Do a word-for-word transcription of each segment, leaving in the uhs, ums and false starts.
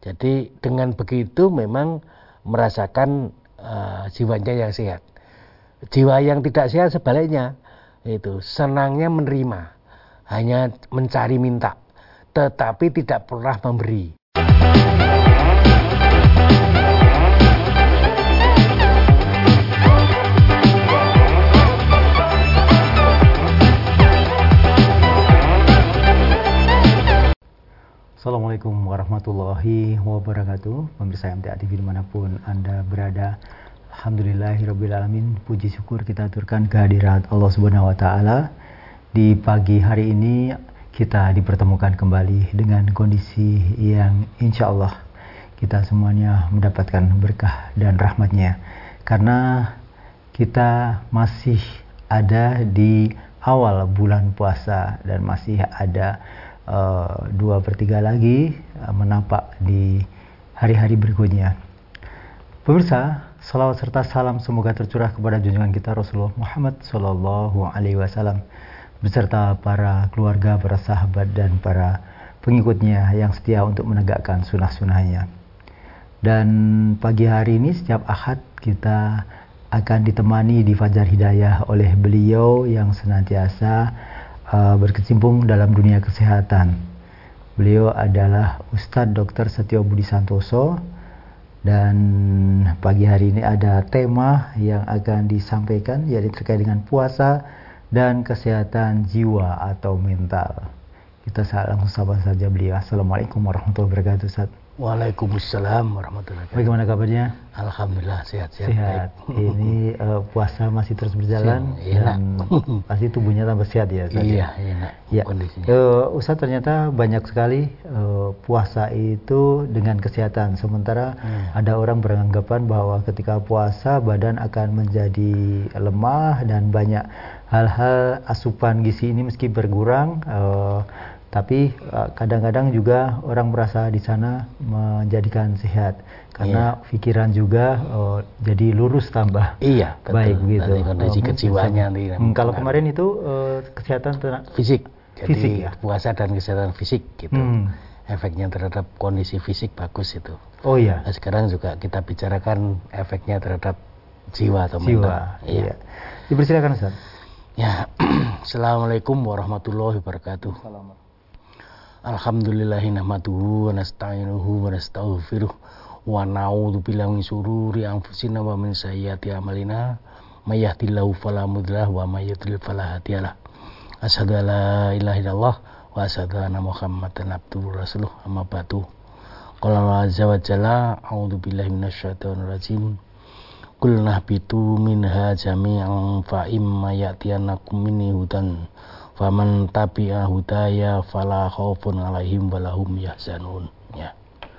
Jadi dengan begitu memang merasakan uh, jiwanya yang sehat. Jiwa yang tidak sehat sebaliknya, itu senangnya menerima, hanya mencari minta, tetapi tidak pernah memberi. Assalamualaikum warahmatullahi wabarakatuh. Pemirsa M T A T V dimanapun Anda berada, alhamdulillahirrabbilalamin. Puji syukur kita aturkan kehadirat Allah Subhanahu wa Ta'ala. Di pagi hari ini kita dipertemukan kembali dengan kondisi yang insya Allah kita semuanya mendapatkan berkah dan rahmatnya, karena kita masih ada di awal bulan puasa dan masih ada Uh, dua per tiga lagi uh, menapak di hari-hari berikutnya. Pemirsa, salawat serta salam semoga tercurah kepada junjungan kita Rasulullah Muhammad Sallallahu Alaihi Wasallam beserta para keluarga, para sahabat dan para pengikutnya yang setia untuk menegakkan sunnah-sunnahnya. Dan pagi hari ini setiap Ahad kita akan ditemani di Fajar Hidayah oleh beliau yang senantiasa Uh, berkecimpung dalam dunia kesehatan. Beliau adalah Ustadz Doktor Setio Budi Santoso, dan pagi hari ini ada tema yang akan disampaikan, yaitu terkait dengan puasa dan kesehatan jiwa atau mental. Kita langsung sapa saja beliau. Assalamualaikum warahmatullahi wabarakatuh, Ustadz. Waalaikumsalam warahmatullahi wabarakatuh. Bagaimana kabarnya? Alhamdulillah sehat-sehat. Sehat. Ini uh, puasa masih terus berjalan dan pasti tubuhnya tambah sehat ya. Ustaz? Iya, enak ya. kondisinya. Uh, Ustaz, ternyata banyak sekali uh, puasa itu dengan kesehatan. Sementara hmm. ada orang beranggapan bahwa ketika puasa badan akan menjadi lemah dan banyak hal-hal asupan gizi ini meski berkurang. Uh, Tapi kadang-kadang uh, juga orang merasa di sana menjadikan sehat karena yeah. pikiran juga uh, jadi lurus tambah iya, betul. Baik gitu. Kondisi uh, kejiwaannya nanti. Hmm, kalau kemarin itu uh, kesehatan fisik, jadi fisik ya? Puasa dan kesehatan fisik gitu. Hmm. Efeknya terhadap kondisi fisik bagus itu. Oh iya. Nah, sekarang juga kita bicarakan efeknya terhadap jiwa atau jiwa. mental. Iya. Dipersilakan Ustaz. Ya, Assalamualaikum warahmatullahi wabarakatuh. Assalamualaikum. Alhamdulillahi nahmaduhu wa nasta'inuhu wa nastaghfiruh wa na'udzu billahi min syururi anfusina wa min sayyiati a'malina may yahdihillahu fala mudhilla wa may yudlil fala hadiyalah. Asyhadu an la ilaha illallah wa asyhadu anna Muhammadan abduhu wa rasuluh, amma ba'du. Qala Allah azza wa jalla, a'udzu billahi minasyaitonir rajim. Qul nahbitu minha jami'an fa imma ya'tiyannakum minni hudan faman tabi'a hudaya fala khaufun 'alaihim walahum yahzanun. Ya.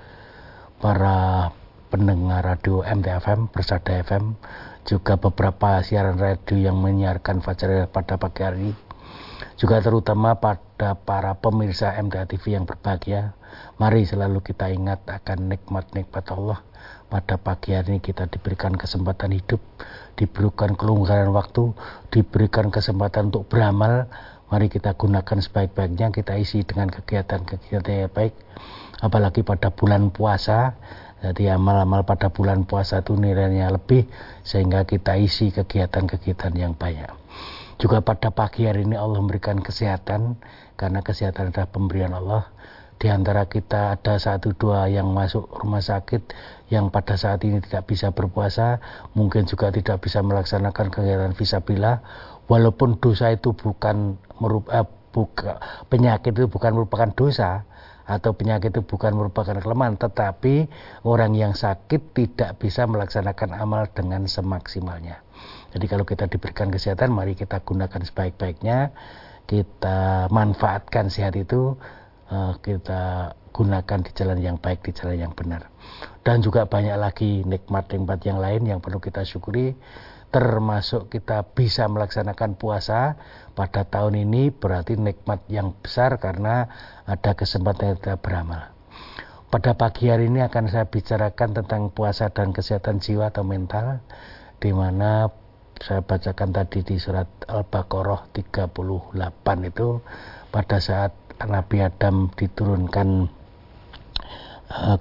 Para pendengar radio M T F M, Persada F M, juga beberapa siaran radio yang menyiarkan Fajar pada pagi hari ini, juga terutama pada para pemirsa M T A T V yang berbahagia, mari selalu kita ingat akan nikmat-nikmat Allah. Pada pagi hari ini kita diberikan kesempatan hidup, diberikan kelonggaran waktu, diberikan kesempatan untuk beramal. Mari kita gunakan sebaik-baiknya, kita isi dengan kegiatan-kegiatan yang baik. Apalagi pada bulan puasa, jadi amal-amal pada bulan puasa itu nilainya lebih, sehingga kita isi kegiatan-kegiatan yang banyak. Juga pada pagi hari ini Allah memberikan kesehatan, karena kesehatan adalah pemberian Allah. Di antara kita ada satu dua yang masuk rumah sakit yang pada saat ini tidak bisa berpuasa, mungkin juga tidak bisa melaksanakan kegiatan fisabilillah. Walaupun dosa itu bukan merupakan buka, penyakit itu bukan merupakan dosa atau penyakit itu bukan merupakan kelemahan, tetapi orang yang sakit tidak bisa melaksanakan amal dengan semaksimalnya. Jadi kalau kita diberikan kesehatan, mari kita gunakan sebaik-baiknya, kita manfaatkan sehat itu, kita gunakan di jalan yang baik, di jalan yang benar. Dan juga banyak lagi nikmat-nikmat yang lain yang perlu kita syukuri, termasuk kita bisa melaksanakan puasa pada tahun ini, berarti nikmat yang besar karena ada kesempatan kita beramal. Pada pagi hari ini akan saya bicarakan tentang puasa dan kesehatan jiwa atau mental, di mana saya bacakan tadi di surat Al-Baqarah tiga puluh delapan itu, pada saat Nabi Adam diturunkan uh, ke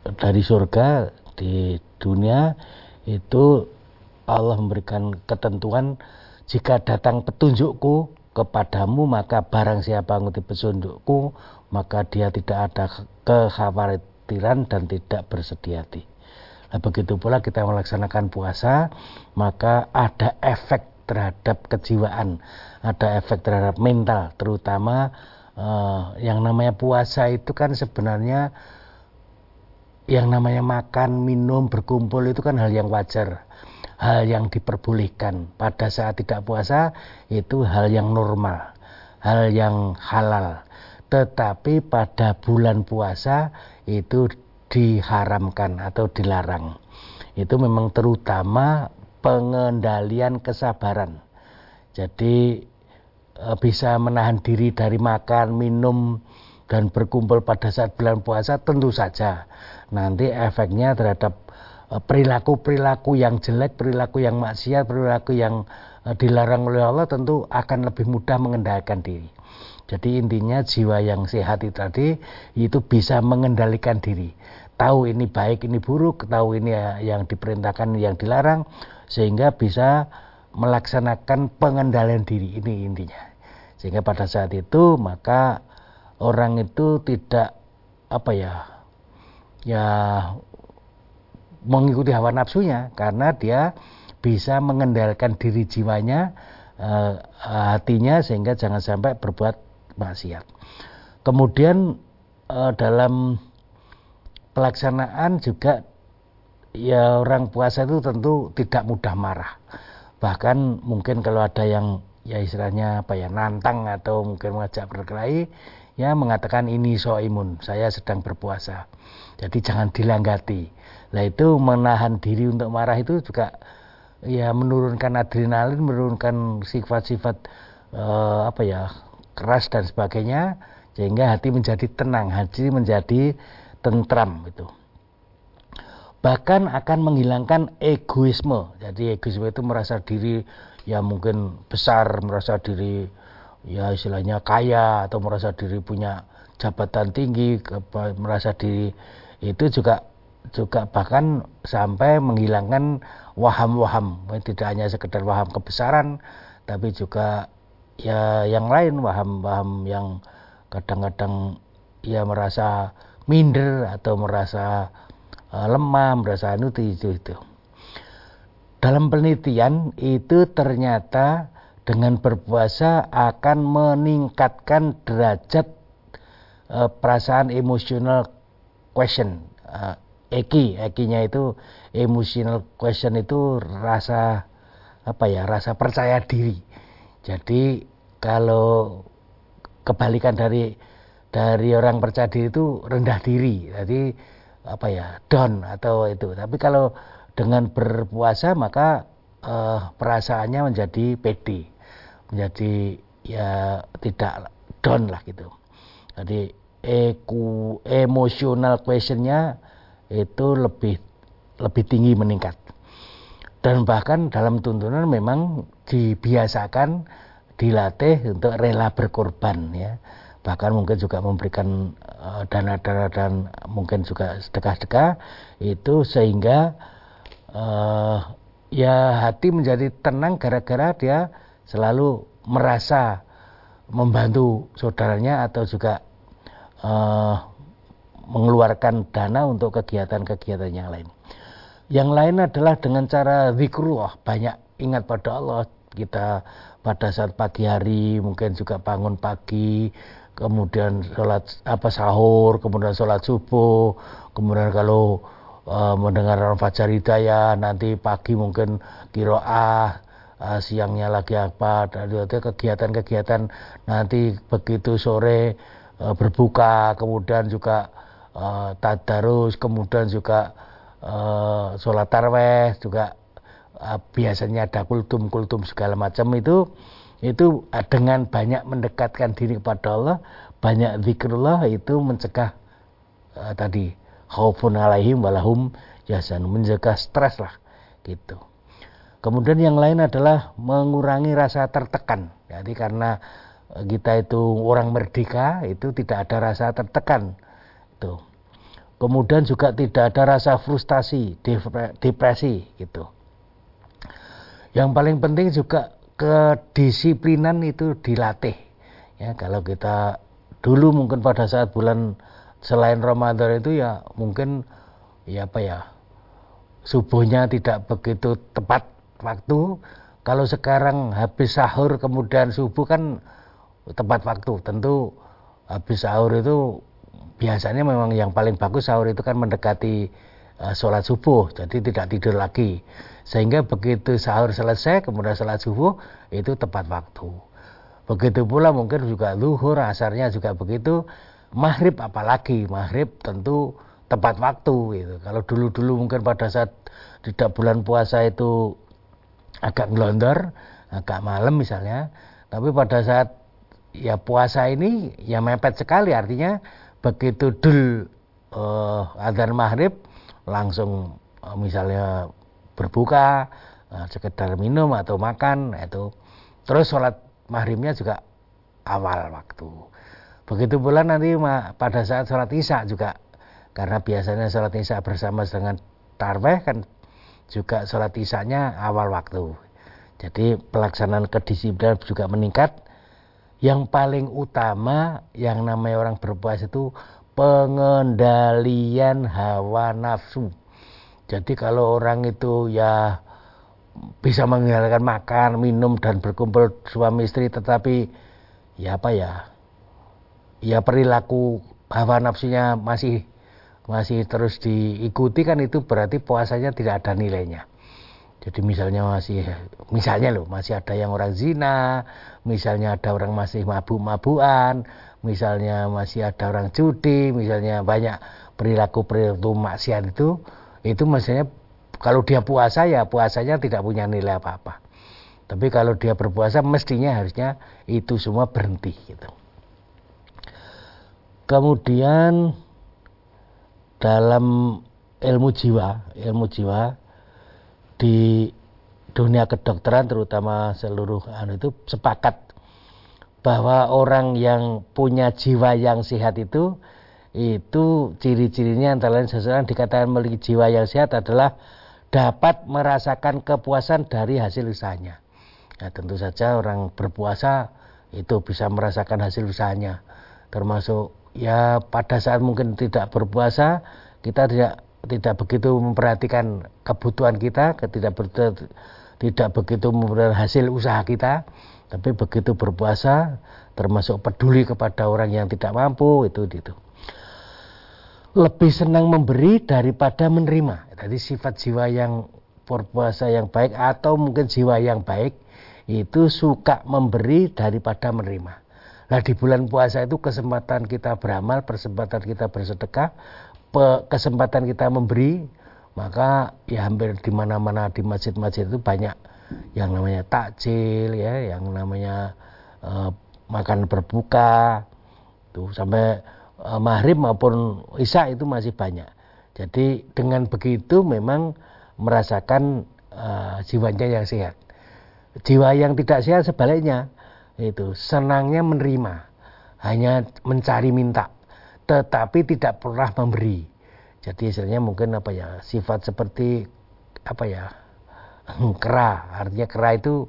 dari surga di dunia itu Allah memberikan ketentuan, jika datang petunjukku kepadamu maka barang siapa mengikuti petunjukku maka dia tidak ada kekhawatiran dan tidak bersedih hati. Nah, begitu pula kita melaksanakan puasa maka ada efek terhadap kejiwaan, ada efek terhadap mental, terutama eh, yang namanya puasa itu kan sebenarnya yang namanya makan, minum, berkumpul itu kan hal yang wajar, hal yang diperbolehkan. Pada saat tidak puasa itu hal yang normal, hal yang halal. Tetapi pada bulan puasa itu diharamkan atau dilarang. Itu memang terutama pengendalian kesabaran. Jadi bisa menahan diri dari makan, minum, dan berkumpul pada saat bulan puasa tentu saja nanti efeknya terhadap perilaku-perilaku yang jelek, perilaku yang maksiat, perilaku yang dilarang oleh Allah tentu akan lebih mudah mengendalikan diri. Jadi intinya jiwa yang sehat itu tadi itu bisa mengendalikan diri, tahu ini baik, ini buruk, tahu ini yang diperintahkan, yang dilarang, sehingga bisa melaksanakan pengendalian diri. Ini intinya. Sehingga pada saat itu maka orang itu tidak apa ya ya mengikuti hawa nafsunya, karena dia bisa mengendalikan diri jiwanya, eh, hatinya, sehingga jangan sampai berbuat maksiat. Kemudian eh, dalam pelaksanaan juga ya orang puasa itu tentu tidak mudah marah. Bahkan mungkin kalau ada yang ya istilahnya apa ya nantang atau mungkin mengajak berkelahi, ya mengatakan ini soimun, saya sedang berpuasa, jadi jangan dilanggati. Nah itu menahan diri untuk marah itu juga ya menurunkan adrenalin, menurunkan sifat-sifat eh, apa ya keras dan sebagainya, sehingga hati menjadi tenang, hati menjadi tentram itu. Bahkan akan menghilangkan egoisme. Jadi egoisme itu merasa diri ya mungkin besar, merasa diri ya istilahnya kaya, atau merasa diri punya jabatan tinggi, merasa diri itu juga juga bahkan sampai menghilangkan waham-waham, tidak hanya sekedar waham kebesaran, tapi juga ya yang lain, waham-waham yang kadang-kadang ya merasa minder atau merasa uh, lemah, merasa anu itu itu. Dalam penelitian itu ternyata dengan berpuasa akan meningkatkan derajat uh, perasaan emotional question, uh, E Q I, E Q I-nya itu emotional question itu rasa apa ya, rasa percaya diri. Jadi kalau kebalikan dari dari orang percaya diri itu rendah diri, jadi apa ya down atau itu. Tapi kalau dengan berpuasa maka uh, perasaannya menjadi pede, menjadi ya tidak down lah gitu. Jadi eku, emotional questionnya itu lebih lebih tinggi, meningkat. Dan bahkan dalam tuntunan memang dibiasakan, dilatih untuk rela berkorban ya. Bahkan mungkin juga memberikan uh, dana-dana dan mungkin juga sedekah-sedekah itu, sehingga uh, ya hati menjadi tenang gara-gara dia selalu merasa membantu saudaranya atau juga uh, mengeluarkan dana untuk kegiatan-kegiatan yang lain. Yang lain adalah dengan cara zikrullah, banyak ingat pada Allah. Kita pada saat pagi hari mungkin juga bangun pagi, kemudian sholat apa sahur, kemudian sholat subuh, kemudian kalau uh, mendengar fajar hidayah, nanti pagi mungkin qiraah, uh, siangnya lagi apa, dan kegiatan-kegiatan nanti begitu sore uh, berbuka, kemudian juga uh, tadarus, kemudian juga uh, sholat tarawih, juga uh, biasanya ada kultum-kultum segala macam itu. Itu dengan banyak mendekatkan diri kepada Allah, banyak zikrullah, itu mencegah uh, tadi khaufun alaihim walahum yahzanun, mencegah stres lah gitu. Kemudian yang lain adalah mengurangi rasa tertekan. Jadi karena kita itu orang merdeka, itu tidak ada rasa tertekan. Itu Kemudian juga tidak ada rasa frustasi, depresi gitu. Yang paling penting juga kedisiplinan itu dilatih. Ya, kalau kita dulu mungkin pada saat bulan selain Ramadan itu ya mungkin ya apa ya, subuhnya tidak begitu tepat waktu. Kalau sekarang habis sahur kemudian subuh kan tepat waktu. Tentu habis sahur itu biasanya memang yang paling bagus sahur itu kan mendekati uh, sholat subuh, jadi tidak tidur lagi. Sehingga begitu sahur selesai kemudian sholat subuh itu tepat waktu. Begitu pula mungkin juga zuhur, asarnya juga begitu. Maghrib apalagi, maghrib tentu tepat waktu gitu. Kalau dulu-dulu mungkin pada saat tidak bulan puasa itu agak ngelondor, agak malam misalnya, tapi pada saat ya puasa ini ya mepet sekali, artinya begitu dul uh, adzan maghrib langsung uh, misalnya berbuka, uh, sekedar minum atau makan itu, terus sholat maghribnya juga awal waktu. Begitu pula nanti pada saat sholat isya juga, karena biasanya sholat isya bersama dengan tarawih kan juga sholat isyanya awal waktu. Jadi pelaksanaan kedisiplinan juga meningkat. Yang paling utama yang namanya orang berpuasa itu pengendalian hawa nafsu. Jadi kalau orang itu ya bisa mengendalikan makan, minum dan berkumpul suami istri, tetapi ya apa ya, ya perilaku hawa nafsunya masih masih terus diikuti, kan itu berarti puasanya tidak ada nilainya. Jadi misalnya masih misalnya loh masih ada yang orang zina, misalnya ada orang masih mabuk-mabukan, misalnya masih ada orang judi, misalnya banyak perilaku-perilaku maksiat itu, itu maksudnya kalau dia puasa ya puasanya tidak punya nilai apa-apa. Tapi kalau dia berpuasa mestinya harusnya itu semua berhenti gitu. Kemudian dalam ilmu jiwa, ilmu jiwa di dunia kedokteran terutama seluruh anu itu sepakat bahwa orang yang punya jiwa yang sehat itu itu ciri-cirinya antara lain seseorang dikatakan memiliki jiwa yang sehat adalah dapat merasakan kepuasan dari hasil usahanya. Ya, tentu saja orang berpuasa itu bisa merasakan hasil usahanya, termasuk ya pada saat mungkin tidak berpuasa kita tidak tidak begitu memperhatikan kebutuhan kita, tidak ber, tidak begitu memperhatikan hasil usaha kita, tapi begitu berpuasa termasuk peduli kepada orang yang tidak mampu, itu itu lebih senang memberi daripada menerima. Jadi sifat jiwa yang berpuasa yang baik atau mungkin jiwa yang baik itu suka memberi daripada menerima. Nah di bulan puasa itu kesempatan kita beramal, kesempatan kita bersedekah, kesempatan kita memberi, maka ya hampir di mana-mana di masjid-masjid itu banyak yang namanya takjil, ya, yang namanya uh, makan berbuka, tuh sampai uh, maghrib maupun isya itu masih banyak. Jadi dengan begitu memang merasakan uh, jiwanya yang sehat. Jiwa yang tidak sehat sebaliknya itu senangnya menerima, hanya mencari minta, tetapi tidak pernah memberi. Jadi istilahnya mungkin apa ya, sifat seperti apa ya, kera. Artinya kera itu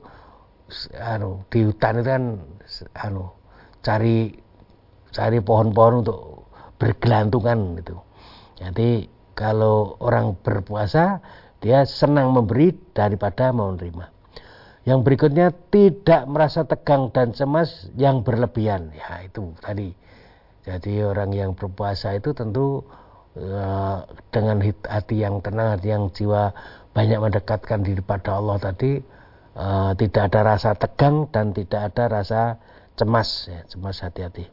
anu di hutan itu kan anu cari cari pohon-pohon untuk bergelantungan gitu. Jadi kalau orang berpuasa dia senang memberi daripada mau menerima. Yang berikutnya tidak merasa tegang dan cemas yang berlebihan. Ya itu tadi. Jadi orang yang berpuasa itu tentu uh, dengan hati yang tenang, hati yang jiwa banyak mendekatkan diri pada Allah tadi, uh, tidak ada rasa tegang dan tidak ada rasa cemas, ya, cemas hati-hati.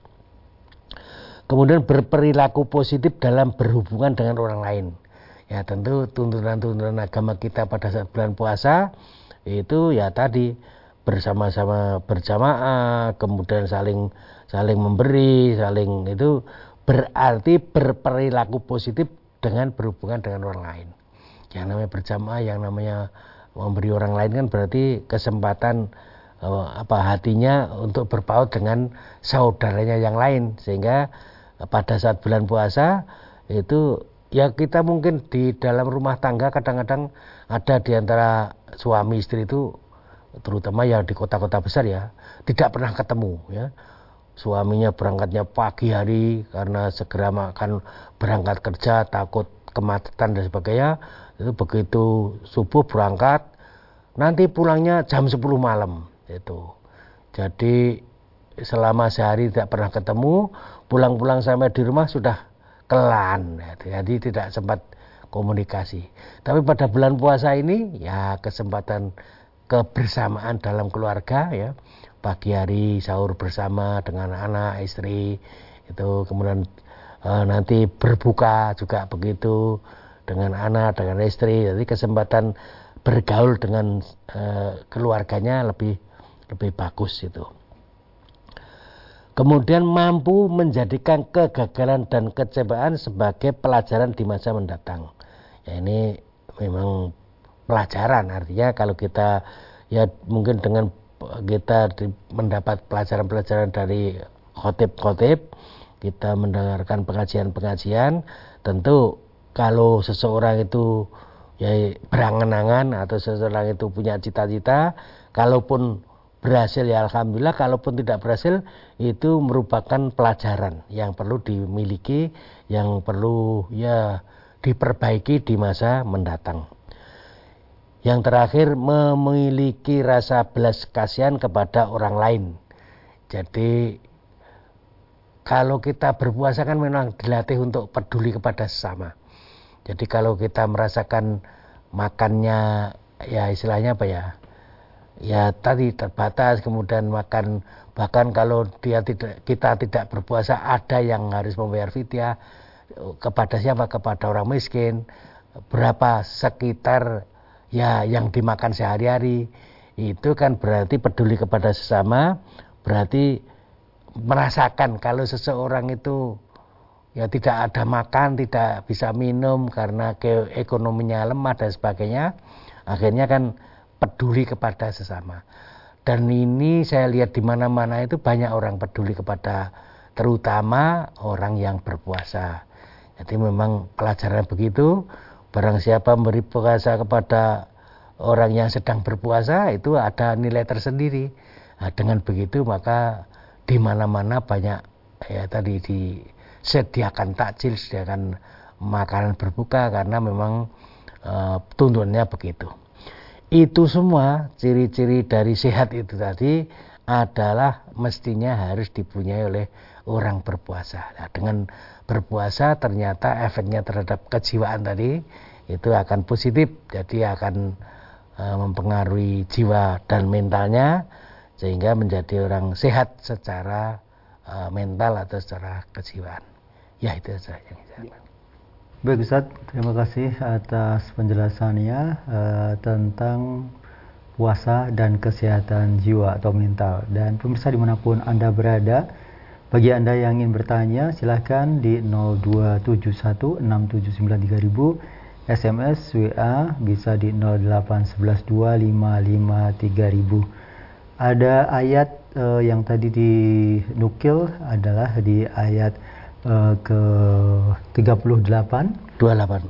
Kemudian berperilaku positif dalam berhubungan dengan orang lain. Ya tentu tuntunan-tuntunan agama kita pada saat bulan puasa itu ya tadi bersama-sama berjamaah, kemudian saling saling memberi, saling itu berarti berperilaku positif dengan berhubungan dengan orang lain. Yang namanya berjamaah, yang namanya memberi orang lain kan berarti kesempatan eh, apa hatinya untuk berpaut dengan saudaranya yang lain, sehingga pada saat bulan puasa itu ya kita mungkin di dalam rumah tangga kadang-kadang ada di antara suami istri itu, terutama ya di kota-kota besar ya, tidak pernah ketemu ya. Suaminya berangkatnya pagi hari karena segera makan berangkat kerja takut kemacetan dan sebagainya, itu begitu subuh berangkat nanti pulangnya jam sepuluh malam itu. Jadi selama sehari tidak pernah ketemu, pulang-pulang sampai di rumah sudah kelan, jadi tidak sempat komunikasi. Tapi pada bulan puasa ini ya kesempatan kebersamaan dalam keluarga ya, pagi hari sahur bersama dengan anak istri itu, kemudian e, nanti berbuka juga begitu dengan anak dengan istri, jadi kesempatan bergaul dengan e, keluarganya lebih lebih bagus itu. Kemudian mampu menjadikan kegagalan dan kecewaan sebagai pelajaran di masa mendatang. Ya ini memang pelajaran, artinya kalau kita ya mungkin dengan kita di, mendapat pelajaran-pelajaran dari khotib-khotib, kita mendengarkan pengajian-pengajian, tentu kalau seseorang itu ya berangan-angan atau seseorang itu punya cita-cita, kalaupun berhasil ya alhamdulillah, kalaupun tidak berhasil itu merupakan pelajaran yang perlu dimiliki, yang perlu ya diperbaiki di masa mendatang. Yang terakhir, memiliki rasa belas kasihan kepada orang lain. Jadi kalau kita berpuasa kan memang dilatih untuk peduli kepada sesama. Jadi kalau kita merasakan makannya ya istilahnya apa ya, ya tadi terbatas, kemudian makan, bahkan kalau dia tidak, kita tidak berpuasa ada yang harus membayar fidyah kepada siapa? Kepada orang miskin. Berapa? Sekitar ya yang dimakan sehari-hari. Itu kan berarti peduli kepada sesama, berarti merasakan kalau seseorang itu ya tidak ada makan, tidak bisa minum karena ekonominya lemah dan sebagainya, akhirnya kan peduli kepada sesama. Dan ini saya lihat di mana-mana itu banyak orang peduli kepada terutama orang yang berpuasa. Jadi memang pelajaran begitu, barang siapa memberi puasa kepada orang yang sedang berpuasa itu ada nilai tersendiri. Nah, dengan begitu maka di mana-mana banyak ya tadi disediakan takjil, disediakan makanan berbuka karena memang e, tuntunannya begitu. Itu semua ciri-ciri dari sehat itu tadi adalah mestinya harus dipunyai oleh orang berpuasa. Nah, dengan berpuasa ternyata efeknya terhadap kejiwaan tadi itu akan positif, jadi akan e, mempengaruhi jiwa dan mentalnya sehingga menjadi orang sehat secara e, mental atau secara kejiwaan. Ya itu saja yang saya. Baik Ustaz, terima kasih atas penjelasannya uh, tentang puasa dan kesehatan jiwa atau mental. Dan pemirsa dimanapun Anda berada, bagi Anda yang ingin bertanya silahkan di nol dua tujuh satu enam tujuh sembilan tiga ribu, S M S, W A bisa di nol delapan satu satu dua lima lima tiga ribu. Ada ayat uh, yang tadi dinukil adalah di ayat Uh, ke tiga puluh delapan dua puluh delapan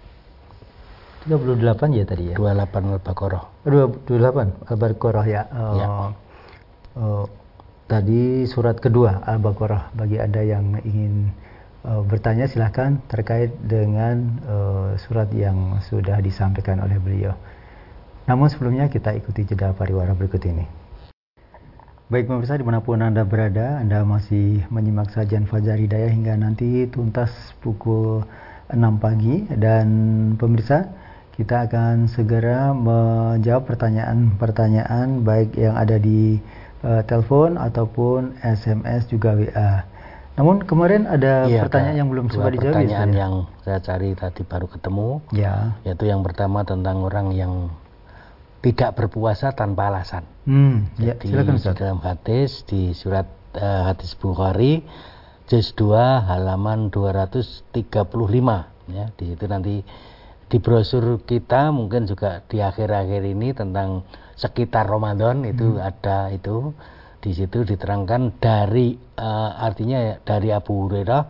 tiga puluh delapan ya tadi ya dua puluh delapan Al-Baqarah dua puluh delapan Al-Baqarah ya, uh, ya. Uh, tadi surat kedua Al-Baqarah. Bagi Anda yang ingin uh, bertanya silahkan terkait dengan uh, surat yang sudah disampaikan oleh beliau. Namun sebelumnya kita ikuti jeda pariwara berikut ini. Baik pemirsa dimanapun Anda berada, Anda masih menyimak sajian Fajar Hidayah hingga nanti tuntas pukul enam pagi. Dan pemirsa, kita akan segera menjawab pertanyaan-pertanyaan baik yang ada di uh, telepon ataupun S M S juga W A. Namun kemarin ada iya, pertanyaan yang belum sempat dijawab. Pertanyaan yang saya cari tadi baru ketemu, ya. Yaitu yang pertama tentang orang yang tidak berpuasa tanpa alasan. Hmm, Jadi ya, silakan, di dalam hadis di surat uh, hadis Bukhari juz dua halaman dua ratus tiga puluh lima ya, di situ nanti di brosur kita mungkin juga di akhir-akhir ini tentang sekitar Ramadan itu hmm. ada itu di situ diterangkan dari uh, artinya ya, dari Abu Hurairah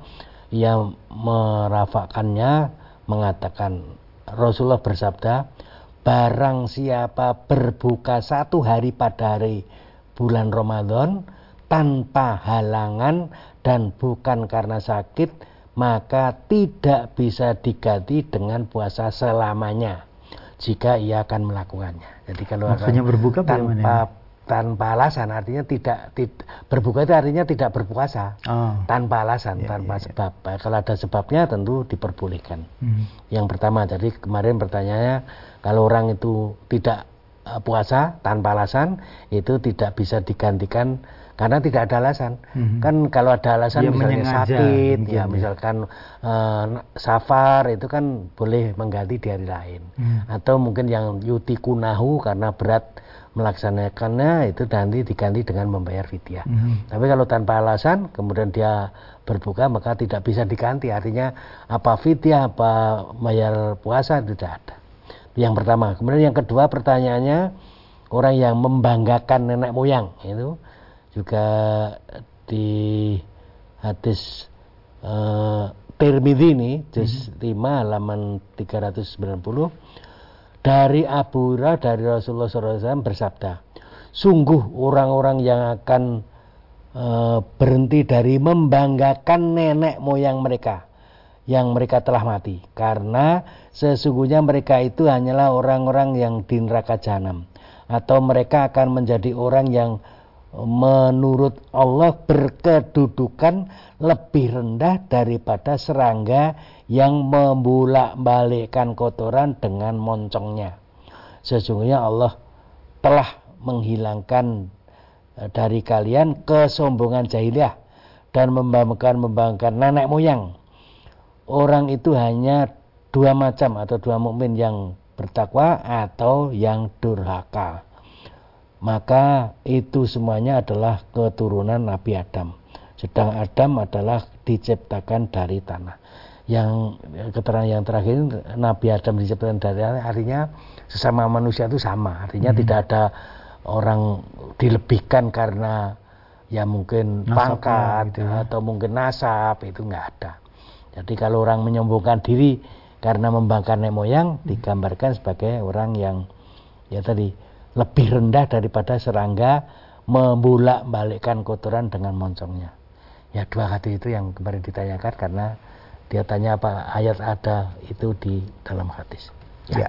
ia merafakannya mengatakan, Rasulullah bersabda, barang siapa berbuka satu hari pada hari bulan Ramadan tanpa halangan dan bukan karena sakit, maka tidak bisa diganti dengan puasa selamanya jika ia akan melakukannya. Jadi kalau maksudnya berbuka tanpa tanpa alasan, artinya tidak, tidak berbuka itu artinya tidak berpuasa. Oh. Tanpa alasan, ya, tanpa ya, sebab. Ya. Kalau ada sebabnya tentu diperbolehkan. Hmm. Yang pertama, jadi kemarin pertanyaannya, kalau orang itu tidak uh, puasa tanpa alasan, itu tidak bisa digantikan karena tidak ada alasan. Hmm. Kan kalau ada alasan ya, misalnya sakit, ya, ya misalkan uh, safar, itu kan boleh mengganti di hari lain. Hmm. Atau mungkin yang yutikunahu karena berat melaksanakannya, itu nanti diganti dengan membayar fidyah. Mm-hmm. Tapi kalau tanpa alasan kemudian dia berbuka, maka tidak bisa diganti. Artinya apa fidyah, apa bayar puasa, tidak ada. Yang pertama. Kemudian yang kedua pertanyaannya, orang yang membanggakan nenek moyang, itu juga di hadis uh, Tirmidzi ini juz mm-hmm. lima halaman tiga ratus sembilan puluh. Dari Abu Hurairah, dari Rasulullah shallallahu alaihi wasallam bersabda, sungguh orang-orang yang akan e, berhenti dari membanggakan nenek moyang mereka yang mereka telah mati, karena sesungguhnya mereka itu hanyalah orang-orang yang di neraka jahanam, atau mereka akan menjadi orang yang menurut Allah berkedudukan lebih rendah daripada serangga yang membolak-balikkan kotoran dengan moncongnya. Sesungguhnya Allah telah menghilangkan dari kalian kesombongan jahiliyah dan membanggakan membanggakan nenek moyang. Orang itu hanya dua macam, atau dua mukmin, yang bertakwa atau yang durhaka. Maka itu semuanya adalah keturunan Nabi Adam. Sedang Adam adalah diciptakan dari tanah. Yang keterangan yang terakhir, Nabi Adam diciptakan dari tanah, artinya sesama manusia itu sama. Artinya hmm. tidak ada orang dilebihkan karena ya mungkin nasab pangkat gitu ya, atau mungkin nasab, itu nggak ada. Jadi kalau orang menyombongkan diri karena membanggakan nenek moyang, digambarkan sebagai orang yang ya tadi lebih rendah daripada serangga membolak-balikkan kotoran dengan moncongnya. Ya, dua hadis itu yang kemarin ditanyakan, karena dia tanya apa ayat ada itu di dalam hadis. Ya. Ya.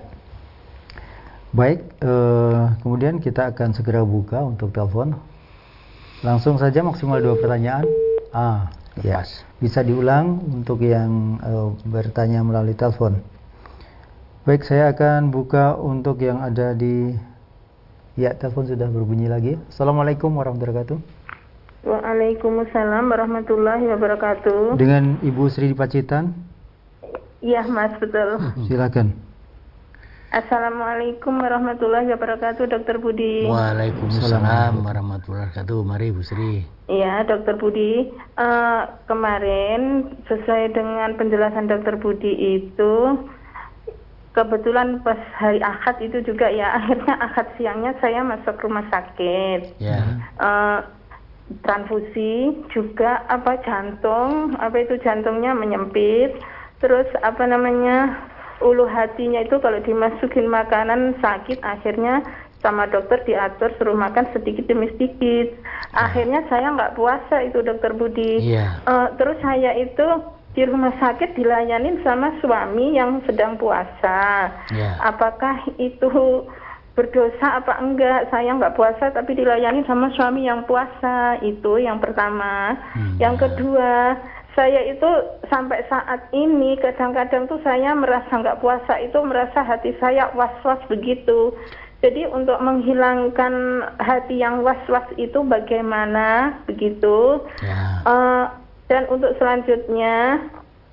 Baik, eh, kemudian kita akan segera buka untuk telepon. Langsung saja maksimal dua pertanyaan. Ah, ya. Bisa diulang untuk yang eh, bertanya melalui telepon. Baik, saya akan buka untuk yang ada di. Ya, telepon sudah berbunyi lagi. Assalamualaikum warahmatullahi wabarakatuh. Waalaikumsalam warahmatullahi wabarakatuh. Dengan Ibu Sri di Pacitan? Iya, Mas, betul. Silakan. Assalamualaikum warahmatullahi wabarakatuh, Dokter Budi. Waalaikumsalam warahmatullahi wabarakatuh. Mari, Bu Sri. Iya, Dokter Budi. Uh, kemarin sesuai dengan penjelasan Dokter Budi itu, kebetulan pas hari Ahad itu juga ya, akhirnya Ahad siangnya saya masuk rumah sakit. Yeah. Uh, transfusi juga apa jantung, apa itu jantungnya menyempit. Terus apa namanya, ulu hatinya itu kalau dimasukin makanan sakit, akhirnya sama dokter diatur suruh makan sedikit demi sedikit. Akhirnya saya nggak puasa itu, Dokter Budi. Yeah. Uh, terus saya itu di rumah sakit dilayanin sama suami yang sedang puasa. Yeah. Apakah itu berdosa apa enggak? Saya nggak puasa tapi dilayani sama suami yang puasa. Itu yang pertama. Hmm. Yang kedua, saya itu sampai saat ini kadang-kadang tuh saya merasa nggak puasa itu merasa hati saya was-was begitu. Jadi untuk menghilangkan hati yang was-was itu bagaimana begitu? Yeah. Uh, Dan untuk selanjutnya,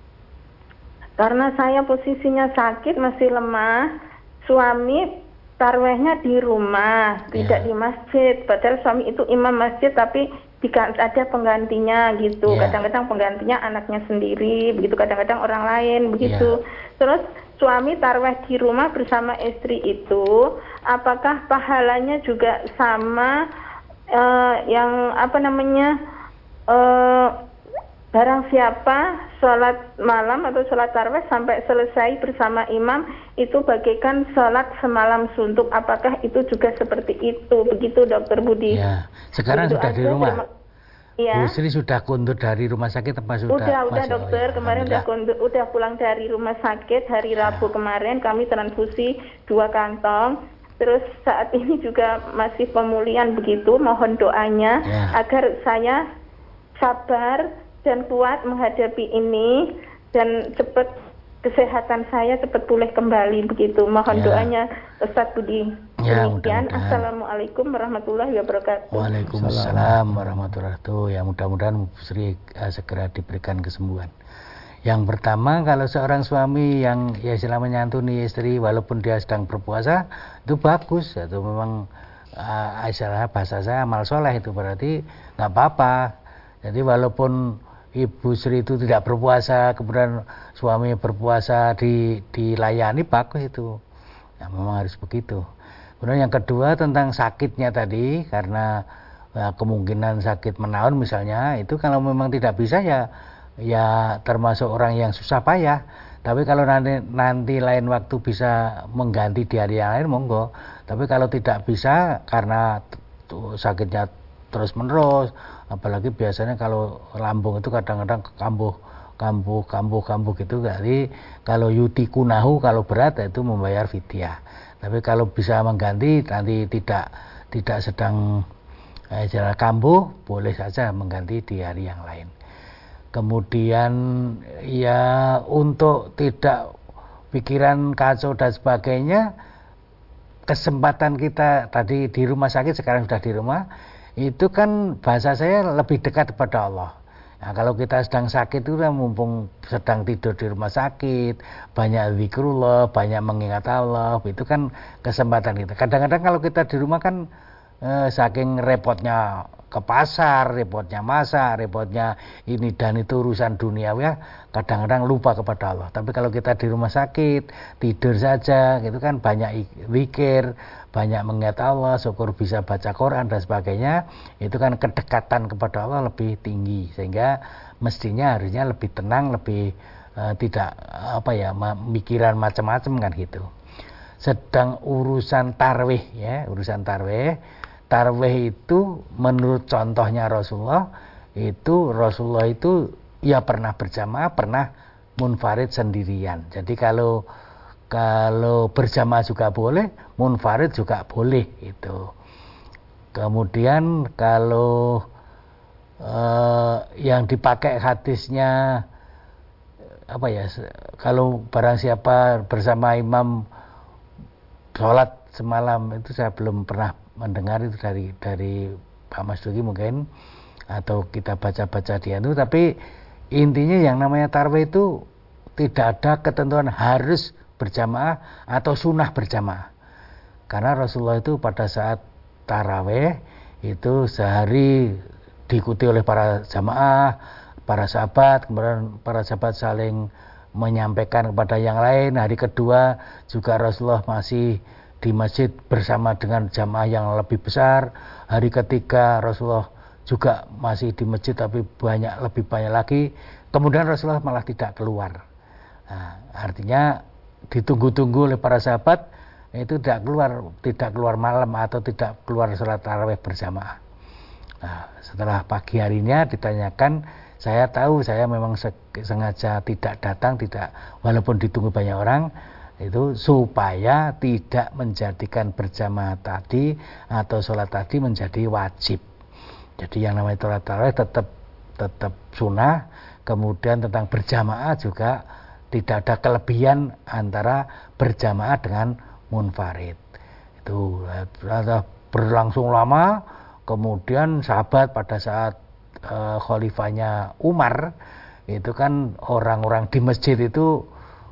karena saya posisinya sakit, masih lemah, suami tarwehnya di rumah, yeah. tidak di masjid. Padahal suami itu imam masjid, tapi ada penggantinya gitu. Yeah. Kadang-kadang penggantinya anaknya sendiri, begitu. Kadang-kadang orang lain, begitu. Yeah. Terus suami tarweh di rumah bersama istri itu, apakah pahalanya juga sama uh, yang apa namanya? Uh, barang siapa sholat malam atau sholat tarawih sampai selesai bersama imam itu bagaikan sholat semalam suntuk. Apakah itu juga seperti itu? Begitu Dokter Budi. Ya, sekarang begitu sudah aja, di rumah. Terima, ya. Bu Sri sudah kundur dari rumah sakit apa sudah? Udah, udah dokter. Oh, ya, kemarin udah kundur, udah pulang dari rumah sakit hari Rabu ya. Kemarin kami transfusi dua kantong. Terus saat ini juga masih pemulihan begitu. Mohon doanya ya. Agar saya sabar dan kuat menghadapi ini dan cepat kesehatan saya cepat pulih kembali begitu. Mohon ya. Doanya Ustadz Budi. Ya, demikian. Assalamualaikum warahmatullahi wabarakatuh. Waalaikumsalam warahmatullahi wabarakatuh. Ya, mudah-mudahan Bu Sri uh, segera diberikan kesembuhan. Yang pertama, kalau seorang suami yang ya istilah menyantuni istri walaupun dia sedang berpuasa, itu bagus. Itu memang uh, istilah bahasa saya amal soleh, itu berarti nggak apa-apa. Jadi walaupun Ibu Sri itu tidak berpuasa, kemudian suami berpuasa di dilayani, bagus itu. Ya, memang harus begitu. Kemudian yang kedua tentang sakitnya tadi, karena ya, kemungkinan sakit menaun misalnya, itu kalau memang tidak bisa ya ya termasuk orang yang susah payah. Tapi kalau nanti nanti lain waktu bisa mengganti di hari yang lain, monggo. Tapi kalau tidak bisa karena tuh, sakitnya terus menerus, apalagi biasanya kalau lambung itu kadang-kadang kambuh kambuh kambuh kambuh gitu. Jadi kalau yutikunahu, kalau berat itu membayar fidyah. Tapi kalau bisa mengganti nanti tidak tidak sedang eh, jalan kambuh, boleh saja mengganti di hari yang lain. Kemudian ya untuk tidak pikiran kacau dan sebagainya, kesempatan kita tadi di rumah sakit, sekarang sudah di rumah, itu kan bahasa saya lebih dekat kepada Allah. Nah, kalau kita sedang sakit itu kan mumpung sedang tidur di rumah sakit, banyak zikrullah, banyak mengingat Allah, itu kan kesempatan kita. Kadang-kadang kalau kita di rumah kan eh, saking repotnya ke pasar, repotnya masak, repotnya ini dan itu urusan duniawi ya, kadang-kadang lupa kepada Allah. Tapi kalau kita di rumah sakit, tidur saja, gitu kan banyak zikir, banyak mengingat Allah, syukur bisa baca Quran dan sebagainya, itu kan kedekatan kepada Allah lebih tinggi, sehingga mestinya harusnya lebih tenang, lebih uh, tidak apa ya, mikiran macam-macam kan gitu. Sedang urusan tarwih ya, urusan tarwih, tarwih itu menurut contohnya Rasulullah, itu Rasulullah itu ya pernah berjamaah, pernah munfarid sendirian. Jadi kalau kalau berjamaah juga boleh, munfarid juga boleh itu. Kemudian kalau eh, yang dipakai hadisnya apa ya, kalau barang siapa bersama imam sholat semalam, itu saya belum pernah mendengar itu dari dari Pak Mas Duki mungkin, atau kita baca-baca dia itu. Tapi intinya yang namanya tarwih itu tidak ada ketentuan harus berjamaah atau sunnah berjamaah, karena Rasulullah itu pada saat tarawih itu sehari diikuti oleh para jamaah, para sahabat, kemudian para sahabat saling menyampaikan kepada yang lain. Hari kedua juga Rasulullah masih di masjid bersama dengan jamaah yang lebih besar. Hari ketiga Rasulullah juga masih di masjid tapi banyak lebih banyak lagi. Kemudian Rasulullah malah tidak keluar. Nah, artinya ditunggu-tunggu oleh para sahabat, itu tidak keluar, tidak keluar malam atau tidak keluar sholat tarawih berjamaah. Nah, setelah pagi harinya ditanyakan, saya tahu saya memang sengaja tidak datang, tidak walaupun ditunggu banyak orang, itu supaya tidak menjadikan berjamaah tadi atau sholat tadi menjadi wajib. Jadi yang namanya sholat tarawih tetap tetap sunnah. Kemudian tentang berjamaah juga tidak ada kelebihan antara berjamaah dengan munfarid. Itu berlangsung lama. Kemudian sahabat pada saat uh, khalifahnya Umar, itu kan orang-orang di masjid itu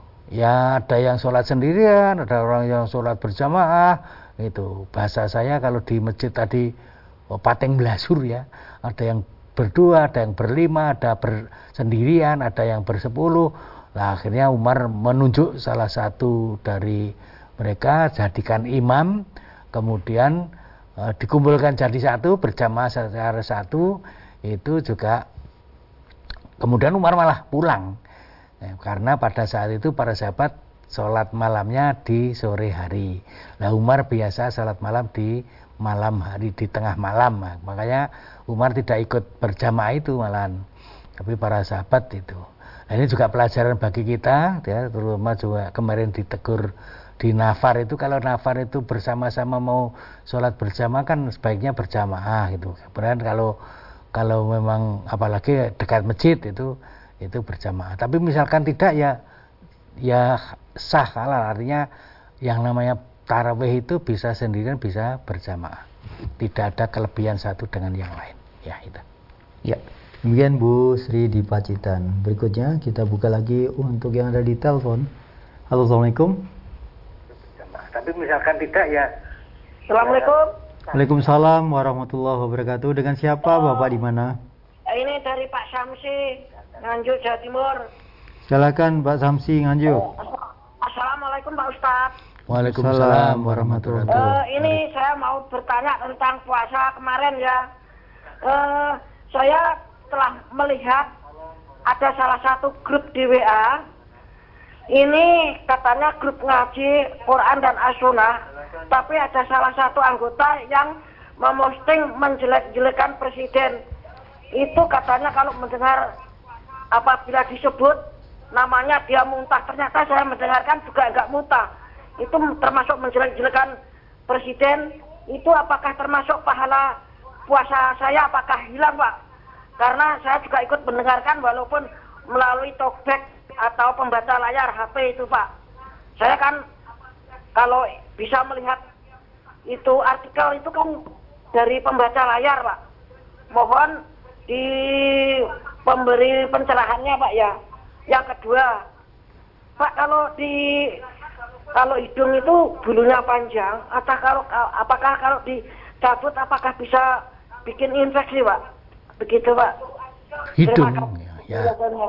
ya ada yang sholat sendirian, ada orang yang sholat berjamaah. Itu bahasa saya kalau di masjid tadi oh, pateng belasur ya, ada yang berdua, ada yang berlima, ada bersendirian, ada yang bersepuluh. Nah, akhirnya Umar menunjuk salah satu dari mereka jadikan imam, kemudian e, dikumpulkan jadi satu, berjamaah secara satu. Itu juga kemudian Umar malah pulang. Nah, karena pada saat itu para sahabat sholat malamnya di sore hari. Nah, Umar biasa sholat malam di malam hari, di tengah malam. Nah, makanya Umar tidak ikut berjamaah itu malahan. Tapi para sahabat itu. Nah, ini juga pelajaran bagi kita, ya, terutama juga kemarin ditegur di nafar itu, kalau nafar itu bersama-sama mau sholat berjamaah kan sebaiknya berjamaah gitu. Kemudian kalau kalau memang apalagi dekat masjid itu itu berjamaah. Tapi misalkan tidak ya ya sah halal, artinya yang namanya tarawih itu bisa sendirian bisa berjamaah. Tidak ada kelebihan satu dengan yang lain. Ya itu. Ya. Demikian Bu Sri di Pacitan. Berikutnya kita buka lagi untuk yang ada di telepon. Halo, Assalamualaikum. Tapi misalkan tidak ya. Assalamualaikum. Waalaikumsalam warahmatullahi wabarakatuh. Dengan siapa oh, Bapak di mana? Ini dari Pak Samsi, Nganjuk, Jawa Timur. Silakan Pak Samsi, Nganjuk. Assalamualaikum Pak Ustadz. Waalaikumsalam warahmatullahi wabarakatuh. Uh, ini saya mau bertanya tentang puasa kemarin ya. Uh, saya telah melihat ada salah satu grup di W A. Ini katanya grup ngaji Quran dan As-Sunnah, tapi ada salah satu anggota yang memosting menjelek-jelekan presiden. Itu katanya kalau mendengar apabila disebut namanya dia muntah. Ternyata saya mendengarkan juga enggak muntah. Itu termasuk menjelek-jelekan presiden. Itu apakah termasuk pahala puasa saya, apakah hilang Pak? Karena saya juga ikut mendengarkan walaupun melalui talkback atau pembaca layar H P itu Pak. Saya kan kalau bisa melihat itu artikel itu kan dari pembaca layar Pak. Mohon di pemberi pencerahannya Pak ya. Yang kedua Pak, kalau di kalau hidung itu bulunya panjang, atau kalau apakah kalau dicabut apakah bisa bikin infeksi Pak? Begitu Pak. Hidung ya.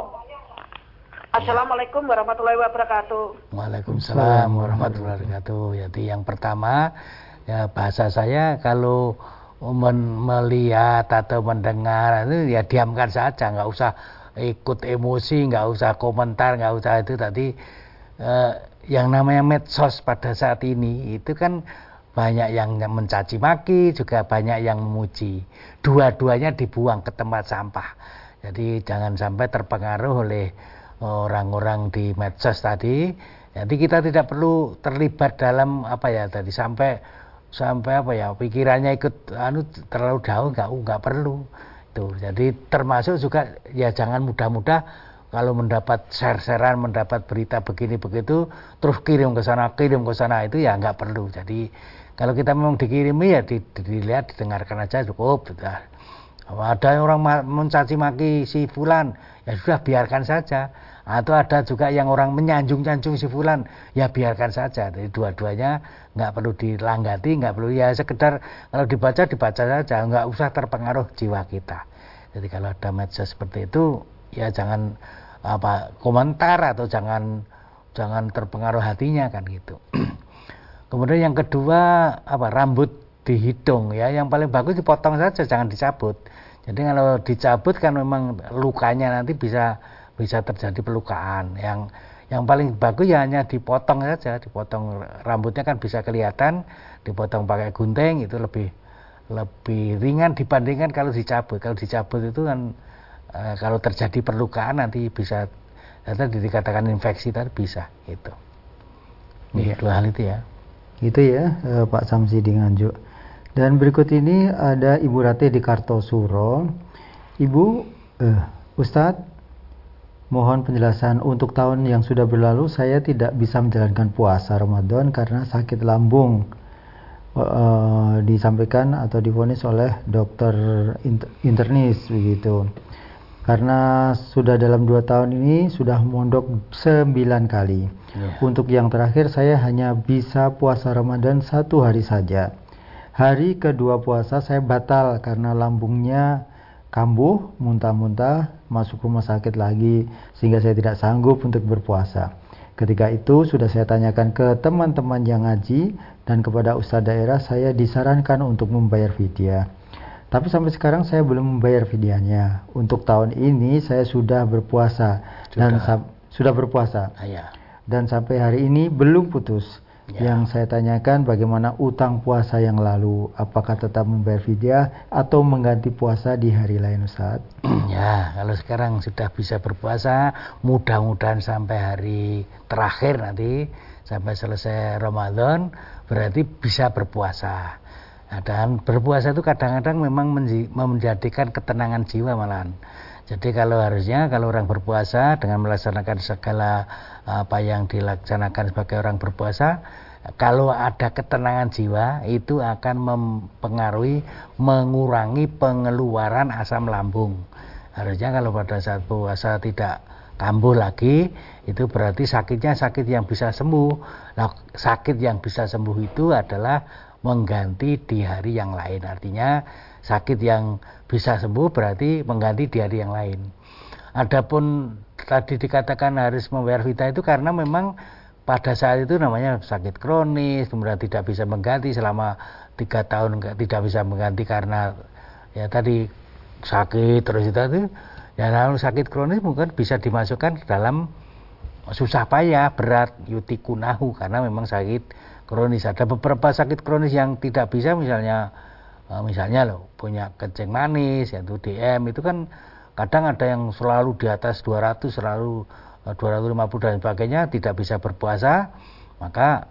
Assalamualaikum warahmatullahi wabarakatuh. Waalaikumsalam warahmatullahi wabarakatuh. Jadi yang pertama ya, bahasa saya kalau men- melihat atau mendengar itu ya diamkan saja, nggak usah ikut emosi, nggak usah komentar, nggak usah itu tadi eh, yang namanya medsos pada saat ini itu kan banyak yang mencaci maki, juga banyak yang memuji. Dua-duanya dibuang ke tempat sampah. Jadi jangan sampai terpengaruh oleh orang-orang di medsos tadi. Jadi kita tidak perlu terlibat dalam apa ya tadi sampai sampai apa ya pikirannya ikut anu terlalu jauh, nggak nggak perlu. Tuh. Jadi termasuk juga ya jangan mudah-mudah kalau mendapat share-sharean, mendapat berita begini begitu, terus kirim ke sana, kirim ke sana itu ya nggak perlu. Jadi kalau kita memang dikirimi ya di, dilihat, didengarkan aja cukup. Sudah. Ada orang mencaci maki si fulan, ya sudah biarkan saja. Atau ada juga yang orang menyanjung-nyanjung si fulan, ya biarkan saja. Jadi dua-duanya nggak perlu dilanggati, nggak perlu ya sekedar kalau dibaca dibaca saja, nggak usah terpengaruh jiwa kita. Jadi kalau ada medsos seperti itu, ya jangan apa komentar atau jangan jangan terpengaruh hatinya kan gitu. Kemudian yang kedua apa rambut di hidung ya yang paling bagus dipotong saja, jangan dicabut. Jadi kalau dicabut kan memang lukanya nanti bisa bisa terjadi pelukaan. Yang yang paling bagus ya hanya dipotong saja, dipotong rambutnya kan bisa kelihatan, dipotong pakai gunting itu lebih lebih ringan dibandingkan kalau dicabut. Kalau dicabut itu kan e, kalau terjadi perlukaan nanti bisa nanti dikatakan infeksi tadi bisa gitu. Ini ya. Dua hal itu ya. Gitu ya eh, Pak Samsi di Nganjuk. Dan berikut ini ada Ibu Rate di Kartosuro. Ibu eh, Ustadz, mohon penjelasan untuk tahun yang sudah berlalu saya tidak bisa menjalankan puasa Ramadan karena sakit lambung. Uh, disampaikan atau divonis oleh dokter internis begitu. Karena sudah dalam dua tahun ini sudah mondok sembilan kali. Yeah. Untuk yang terakhir saya hanya bisa puasa Ramadan satu hari saja. Hari kedua puasa saya batal karena lambungnya kambuh, muntah-muntah, masuk rumah sakit lagi sehingga saya tidak sanggup untuk berpuasa. Ketika itu sudah saya tanyakan ke teman-teman yang ngaji dan kepada ustadz daerah, saya disarankan untuk membayar fidyah. Tapi sampai sekarang saya belum membayar fidyahnya. Untuk tahun ini saya sudah berpuasa sudah. dan sa- sudah berpuasa. Ah, ya. Dan sampai hari ini belum putus. Ya. Yang saya tanyakan bagaimana utang puasa yang lalu, apakah tetap membayar fidyah atau mengganti puasa di hari lain, Ustaz? Ya, kalau sekarang sudah bisa berpuasa, mudah-mudahan sampai hari terakhir nanti, sampai selesai Ramadan, berarti bisa berpuasa. Nah, dan berpuasa itu kadang-kadang memang menjadikan ketenangan jiwa malahan. Jadi kalau harusnya kalau orang berpuasa dengan melaksanakan segala apa yang dilaksanakan sebagai orang berpuasa, kalau ada ketenangan jiwa itu akan mempengaruhi mengurangi pengeluaran asam lambung. Harusnya kalau pada saat puasa tidak kambuh lagi, itu berarti sakitnya sakit yang bisa sembuh. Nah, sakit yang bisa sembuh itu adalah mengganti di hari yang lain. Artinya sakit yang bisa sembuh berarti mengganti di hari yang lain. Adapun tadi dikatakan harus membayar fidyah itu karena memang pada saat itu namanya sakit kronis, kemudian tidak bisa mengganti selama tiga tahun tidak bisa mengganti karena ya tadi sakit terus itu. Ya, lalu sakit kronis mungkin bisa dimasukkan dalam susah payah berat yutikunahu karena memang sakit kronis. Ada beberapa sakit kronis yang tidak bisa, misalnya misalnya loh punya kencing manis yaitu D M, itu kan kadang ada yang selalu di atas dua ratus, selalu dua ratus lima puluh dan sebagainya, tidak bisa berpuasa, maka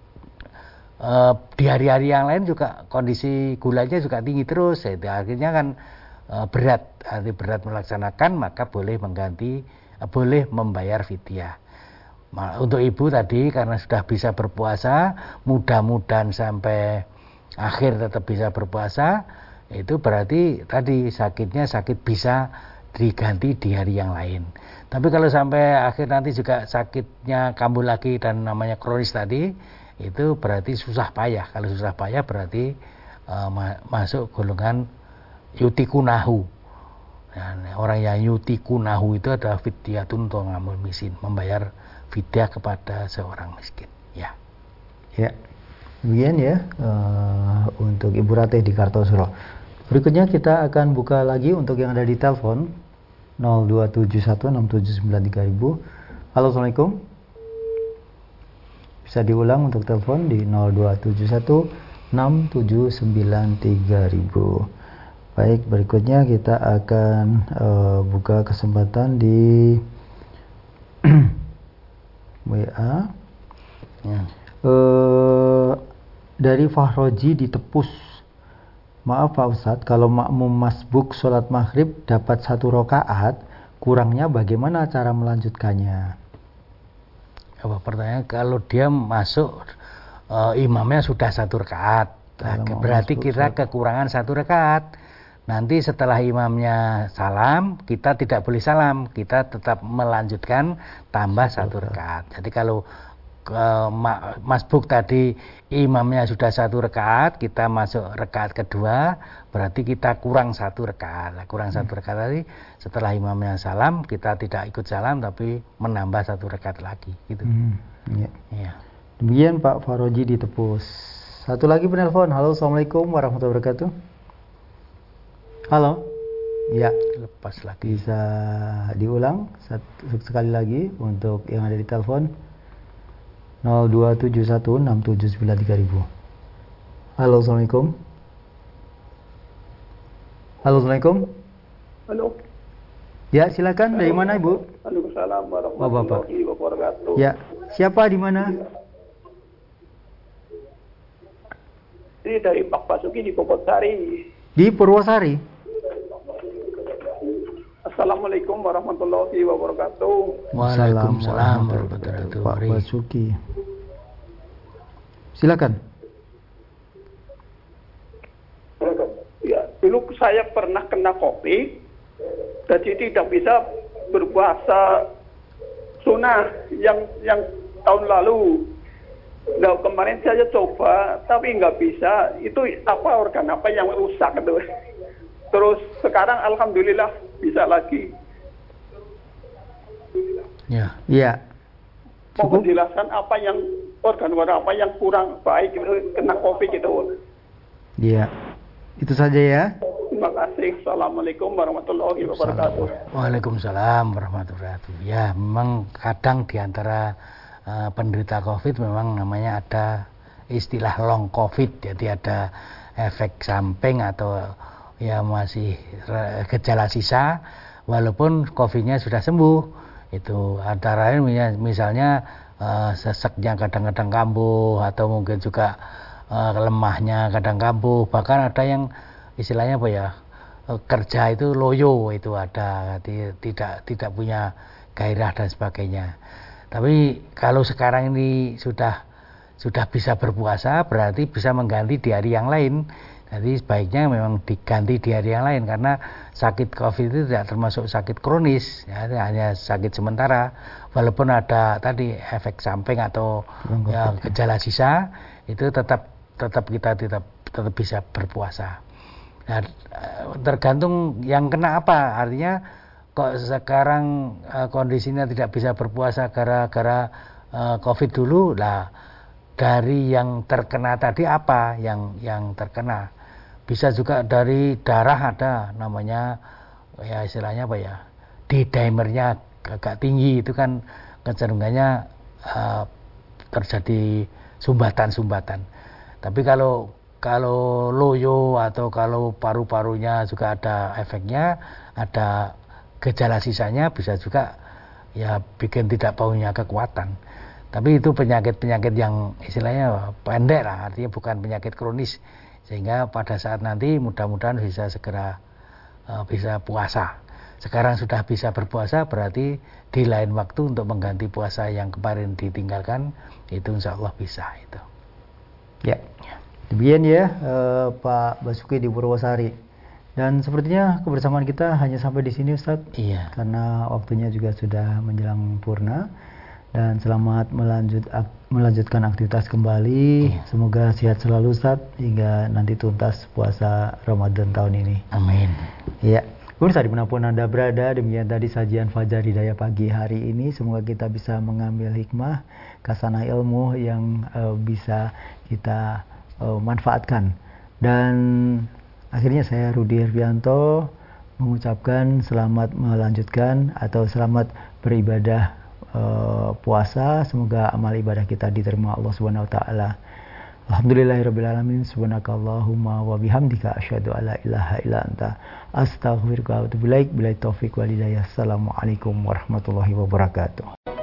eh, di hari-hari yang lain juga kondisi gulanya juga tinggi terus, ya, akhirnya kan eh, berat, arti berat melaksanakan, maka boleh mengganti, eh, boleh membayar fidyah. Untuk ibu tadi karena sudah bisa berpuasa, mudah-mudahan sampai akhir tetap bisa berpuasa, itu berarti tadi sakitnya sakit bisa diganti di hari yang lain. Tapi kalau sampai akhir nanti juga sakitnya kambuh lagi dan namanya kronis tadi, itu berarti susah payah. Kalau susah payah berarti uh, ma- masuk golongan yutikunahu. Dan orang yang yutikunahu itu adalah fidyatun ta'amul miskin, membayar fidyah kepada seorang miskin. Ya. Ya. Demikian ya uh, untuk Ibu Ratih di Kartosuro. Berikutnya kita akan buka lagi untuk yang ada di telepon nol dua tujuh satu enam tujuh sembilan tiga nol nol nol. Halo, Assalamualaikum. Bisa diulang untuk telepon di nol dua tujuh satu enam tujuh sembilan tiga nol nol. Baik, berikutnya kita akan uh, buka kesempatan di W A. Ya. Uh, dari Fahroji di Tepus. Maaf Pak Ustadz, kalau makmum masbuk sholat maghrib dapat satu rakaat, kurangnya bagaimana cara melanjutkannya? Apa pertanyaan? Kalau dia masuk uh, imamnya sudah satu rakaat, nah, berarti kita kekurangan satu rakaat. Nanti setelah imamnya salam, kita tidak boleh salam, kita tetap melanjutkan tambah satu rakaat. Jadi kalau Uh, masbuk tadi imamnya sudah satu rakaat, kita masuk rakaat kedua, berarti kita kurang satu rakaat. Nah, kurang hmm. satu rakaat tadi setelah imamnya salam, kita tidak ikut salam tapi menambah satu rakaat lagi gitu. Hmm. Ya. Ya. Demikian Pak Faroji di Tepus. Satu lagi penelpon. Halo, Assalamualaikum warahmatullahi wabarakatuh. Halo. Ya, lepas lagi. Bisa diulang satu, sekali lagi untuk yang ada di telepon nol dua tujuh satu enam tujuh sembilan tiga nol nol nol. Halo, Assalamualaikum. Halo, Assalamualaikum. Halo. Ya, silakan. Halo. Dari mana, Ibu? Waalaikumsalam warahmatullahi wabarakatuh. Ya, siapa di mana? Ini dari Pak Basuki di Purwosari. Di Purwosari. Assalamualaikum warahmatullahi wabarakatuh. Waalaikumsalam warahmatullahi wabarakatuh. Pak Basuki. Silakan. Ya, dulu saya pernah kena kopi, jadi tidak bisa berpuasa sunnah yang yang tahun lalu. Nah, kemarin saya coba, tapi nggak bisa. Itu apa organ apa yang rusak itu? Terus sekarang alhamdulillah bisa lagi. Ya. Iya. Mau penjelasan apa yang organ-organ apa yang kurang baik gitu, kena COVID gitu. Iya. Itu saja ya. Terima kasih. Assalamualaikum warahmatullahi wabarakatuh. Waalaikumsalam warahmatullahi wabarakatuh. Ya, memang kadang di antara uh, penderita COVID memang namanya ada istilah long COVID. Jadi ada efek samping atau ya masih gejala sisa walaupun COVID-nya sudah sembuh. Itu antara lain misalnya uh, seseknya kadang-kadang kambuh atau mungkin juga uh, lemahnya kadang kambuh, bahkan ada yang istilahnya apa ya, kerja itu loyo, itu ada, tidak tidak punya gairah dan sebagainya. Tapi kalau sekarang ini sudah sudah bisa berpuasa, berarti bisa mengganti di hari yang lain. Jadi sebaiknya memang diganti di hari yang lain, karena sakit COVID itu tidak termasuk sakit kronis, ya, hanya sakit sementara. Walaupun ada tadi efek samping atau ya, gejala sisa, itu tetap tetap kita tetap tetap bisa berpuasa. Nah, tergantung yang kena apa, artinya kok sekarang uh, kondisinya tidak bisa berpuasa gara-gara uh, COVID dulu, lah dari yang terkena tadi apa yang yang terkena, bisa juga dari darah ada namanya ya istilahnya apa ya, D-dimernya agak tinggi, itu kan kecenderungannya uh, terjadi sumbatan-sumbatan. Tapi kalau Kalau loyo atau kalau paru-parunya juga ada efeknya, ada gejala sisanya, bisa juga ya bikin tidak punya kekuatan. Tapi itu penyakit-penyakit yang istilahnya pendek lah, artinya bukan penyakit kronis, sehingga pada saat nanti mudah-mudahan bisa segera uh, bisa puasa. Sekarang sudah bisa berpuasa, berarti di lain waktu untuk mengganti puasa yang kemarin ditinggalkan, itu insya Allah bisa itu. Ya. Demikian ya eh, Pak Basuki di Purwosari. Dan sepertinya kebersamaan kita hanya sampai di sini, Ustadz. Iya. Karena waktunya juga sudah menjelang purna. Dan selamat melanjut, ak, melanjutkan aktivitas kembali. Iya. Semoga sehat selalu, Ustadz, hingga nanti tuntas puasa Ramadan tahun ini. Amin. Iya. Pemirsa dimanapun Anda berada, demikian tadi sajian Fajar Hidayah pagi hari ini. Semoga kita bisa mengambil hikmah, kasanah ilmu yang uh, bisa kita Uh, manfaatkan. Dan akhirnya saya Rudi Herbianto mengucapkan selamat melanjutkan atau selamat beribadah uh, puasa. Semoga amal ibadah kita diterima Allah Subhanahu wa taala. Alhamdulillahirabbil alamin. Subhanakallahumma wa bihamdika asyhadu alla ilaha illa anta astaghfiruka wa atubu ilaik. Billahi taufik wal hidayah. Assalamualaikum warahmatullahi wabarakatuh.